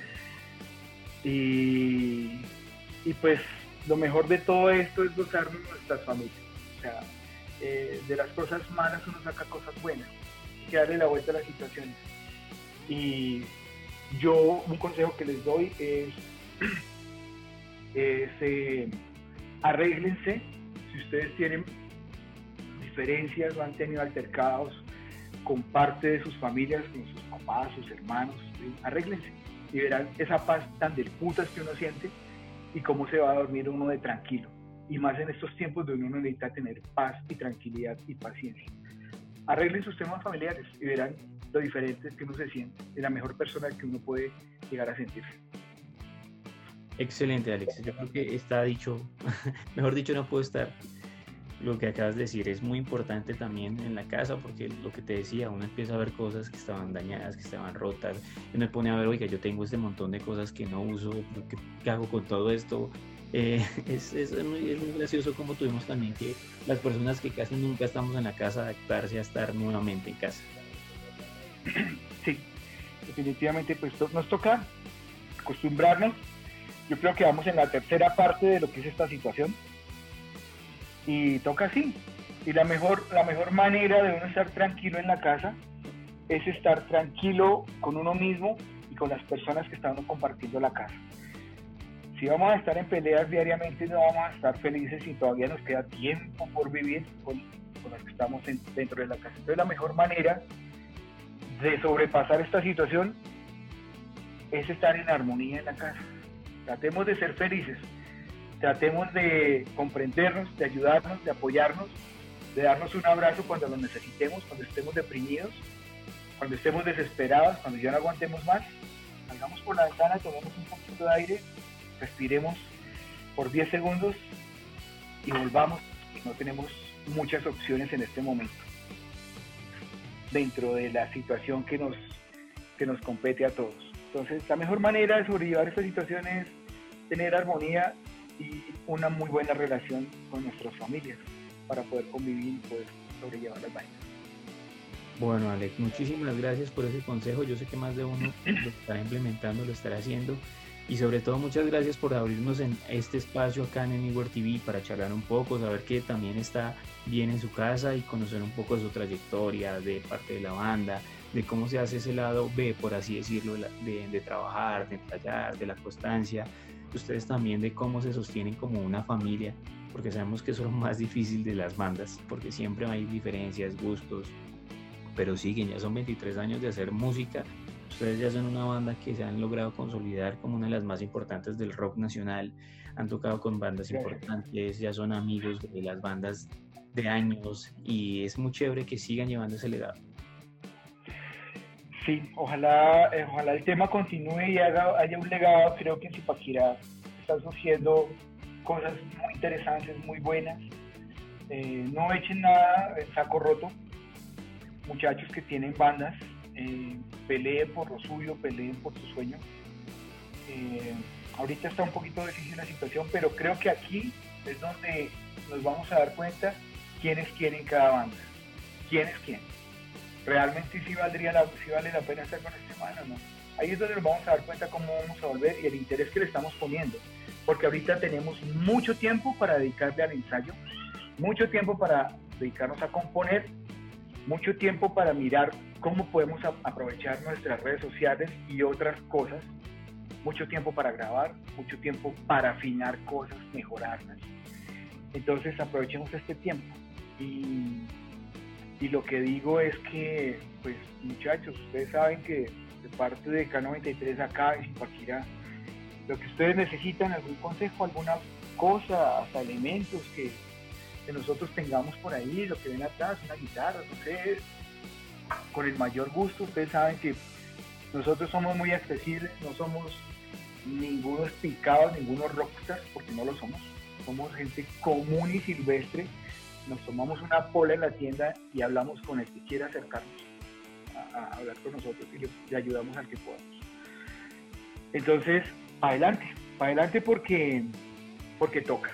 Y, y pues lo mejor de todo esto es gozarnos de nuestras familias. O sea, eh, de las cosas malas uno saca cosas buenas, hay que darle la vuelta a las situaciones. Y yo un consejo que les doy es, es eh, arréglense. Si ustedes tienen diferencias o han tenido altercados con parte de sus familias, con sus papás, sus hermanos, ¿sí? Arréglense y verán esa paz tan del putas que uno siente y cómo se va a dormir uno de tranquilo. Y más en estos tiempos donde uno necesita tener paz y tranquilidad y paciencia. Arreglen sus temas familiares y verán lo diferente que uno se siente y la mejor persona que uno puede llegar a sentirse. Excelente, Alex. Yo creo que está dicho, mejor dicho, no puedo estar. Lo que acabas de decir es muy importante también en la casa, porque lo que te decía, uno empieza a ver cosas que estaban dañadas, que estaban rotas, y uno pone a ver, oiga, yo tengo este montón de cosas que no uso, ¿qué, qué hago con todo esto? Eh, es, es, muy, es muy gracioso como tuvimos también que las personas que casi nunca estamos en la casa, adaptarse a estar nuevamente en casa. Sí, definitivamente pues nos toca acostumbrarnos. Yo creo que vamos en la tercera parte de lo que es esta situación y toca así. Y la mejor, la mejor manera de uno estar tranquilo en la casa es estar tranquilo con uno mismo y con las personas que están compartiendo la casa. si vamos a estar en peleas diariamente, no vamos a estar felices y todavía nos queda tiempo por vivir con, con los que estamos en, dentro de la casa. Entonces la mejor manera de sobrepasar esta situación es estar en armonía en la casa. Tratemos de ser felices, tratemos de comprendernos, de ayudarnos, de apoyarnos, de darnos un abrazo cuando lo necesitemos, cuando estemos deprimidos, cuando estemos desesperados, cuando ya no aguantemos más. Salgamos por la ventana, tomemos un poquito de aire, respiremos por diez segundos y volvamos. No tenemos muchas opciones en este momento dentro de la situación que nos, que nos compete a todos. Entonces, la mejor manera de sobrellevar esta situación es tener armonía y una muy buena relación con nuestras familias para poder convivir y poder sobrellevar las vainas. Bueno, Alex, muchísimas gracias por ese consejo. Yo sé que más de uno lo estará implementando, lo estará haciendo. Y sobre todo, muchas gracias por abrirnos en este espacio acá en Anywhere T V para charlar un poco, saber que también está bien en su casa y conocer un poco de su trayectoria, de parte de la banda, de cómo se hace ese lado B, por así decirlo, de, de trabajar, de ensayar, de la constancia. Ustedes también de cómo se sostienen como una familia, porque sabemos que eso es lo más difícil de las bandas, porque siempre hay diferencias, gustos, pero siguen, ya son veintitrés años de hacer música. Ustedes ya son una banda que se han logrado consolidar como una de las más importantes del rock nacional, han tocado con bandas importantes, ya son amigos de las bandas de años y es muy chévere que sigan llevando ese legado. Sí, ojalá, eh, ojalá el tema continúe y haga, haya un legado. Creo que en Zipaquirá están sucediendo cosas muy interesantes, muy buenas. Eh, no echen nada en saco roto. Muchachos que tienen bandas, eh, peleen por lo suyo, peleen por su sueño. Eh, ahorita está un poquito difícil la situación, pero creo que aquí es donde nos vamos a dar cuenta quiénes quieren cada banda, quién es quién. Realmente sí, valdría la, sí vale la pena estar con este man o no. Ahí es donde nos vamos a dar cuenta cómo vamos a volver y el interés que le estamos poniendo, porque ahorita tenemos mucho tiempo para dedicarle al ensayo, mucho tiempo para dedicarnos a componer, mucho tiempo para mirar cómo podemos a, aprovechar nuestras redes sociales y otras cosas, mucho tiempo para grabar, mucho tiempo para afinar cosas, mejorarlas. Entonces aprovechemos este tiempo y, y lo que digo es que, pues muchachos, ustedes saben que de parte de K noventa y tres acá en Zipaquirá, lo que ustedes necesitan, algún consejo, alguna cosa, hasta elementos que que nosotros tengamos por ahí, lo que ven atrás, una guitarra, no sé, con el mayor gusto. Ustedes saben que nosotros somos muy accesibles, no somos ningunos picados, ningunos rockstars, porque no lo somos, somos gente común y silvestre, nos tomamos una pola en la tienda y hablamos con el que quiera acercarnos a, a hablar con nosotros y le, le ayudamos al que podamos. Entonces, para adelante, para adelante porque, porque toca.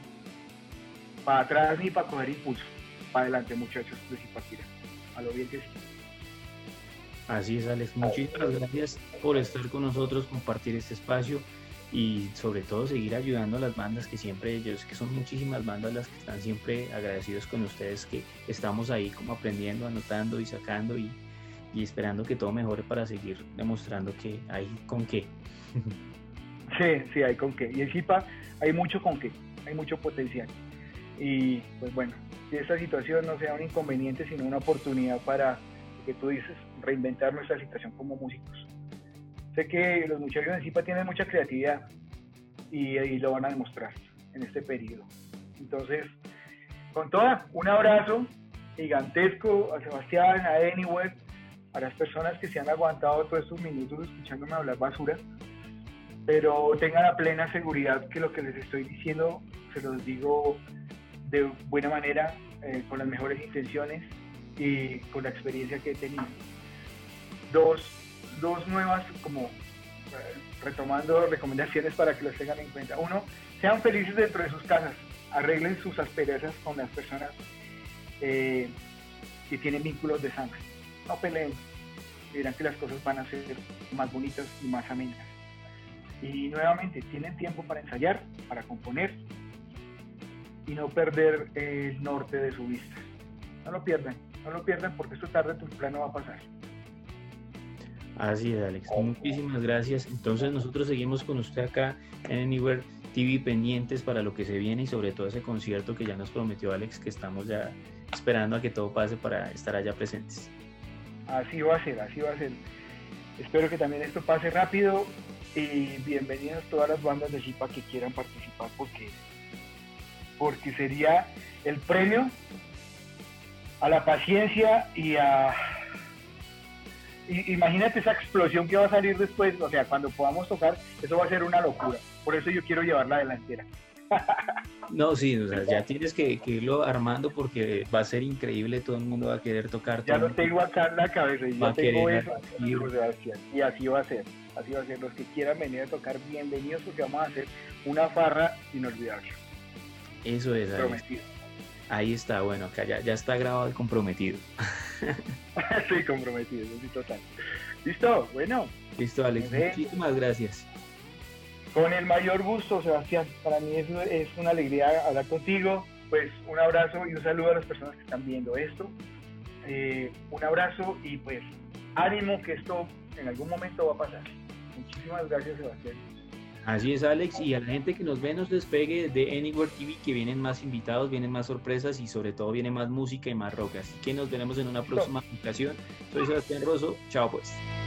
Para atrás ni para coger impulso. Para adelante, muchachos de Zipaquirá. A lo bien que sí. Así es, Alex. Muchísimas gracias por estar con nosotros, compartir este espacio y sobre todo seguir ayudando a las bandas que siempre, ellos que son muchísimas bandas las que están siempre agradecidos con ustedes, que estamos ahí como aprendiendo, anotando y sacando y, y esperando que todo mejore para seguir demostrando que hay con qué. Sí, sí, hay con qué. Y en Zipa hay mucho con qué, hay mucho potencial. Y pues bueno, que esta situación no sea un inconveniente, sino una oportunidad para, lo que tú dices, reinventar nuestra situación como músicos. Sé que los muchachos de Zipa tienen mucha creatividad y, y lo van a demostrar en este periodo. Entonces, con toda, un abrazo gigantesco a Sebastián, a Anywhere, a las personas que se han aguantado todos estos minutos escuchándome hablar basura, pero tengan la plena seguridad que lo que les estoy diciendo se los digo de buena manera, eh, con las mejores intenciones y con la experiencia que he tenido. Dos, dos nuevas, como eh, retomando recomendaciones para que los tengan en cuenta. Uno, sean felices dentro de sus casas, arreglen sus asperezas con las personas eh, que tienen vínculos de sangre. No peleen, dirán que las cosas van a ser más bonitas y más amenas. Y nuevamente, tienen tiempo para ensayar, para componer, y no perder el norte de su vista. No lo pierdan, no lo pierdan porque esto tarde o temprano va a pasar. Así es, Alex. Muchísimas gracias. Entonces nosotros seguimos con usted acá en Anywhere T V pendientes para lo que se viene y sobre todo ese concierto que ya nos prometió Alex, que estamos ya esperando a que todo pase para estar allá presentes. Así va a ser, así va a ser. Espero que también esto pase rápido y bienvenidas todas las bandas de Zipa que quieran participar porque, porque sería el premio a la paciencia y a... Y, imagínate esa explosión que va a salir después, o sea, cuando podamos tocar, eso va a ser una locura. Por eso yo quiero llevar la delantera. No, sí, o sea, ya tienes que, que irlo armando porque va a ser increíble, todo el mundo va a querer tocar. Ya lo tengo acá en la cabeza y ya tengo eso. Y... y así va a ser, así va a ser. Los que quieran venir a tocar, bienvenidos porque vamos a hacer una farra inolvidable. Eso es, prometido. Ahí está, bueno, acá ya, ya está grabado el comprometido. Estoy comprometido, sí, total. ¿Listo? Bueno. Listo, Alex, muchísimas gracias. Con el mayor gusto, Sebastián. Para mí es, es una alegría hablar contigo. Pues un abrazo y un saludo a las personas que están viendo esto. Eh, un abrazo y pues ánimo que esto en algún momento va a pasar. Muchísimas gracias, Sebastián. Así es, Alex, y a la gente que nos ve, nos despegue de Anywhere T V, que vienen más invitados, vienen más sorpresas y sobre todo viene más música y más rock. Así que nos veremos en una próxima ocasión. Soy Sebastián Rosso, chao pues.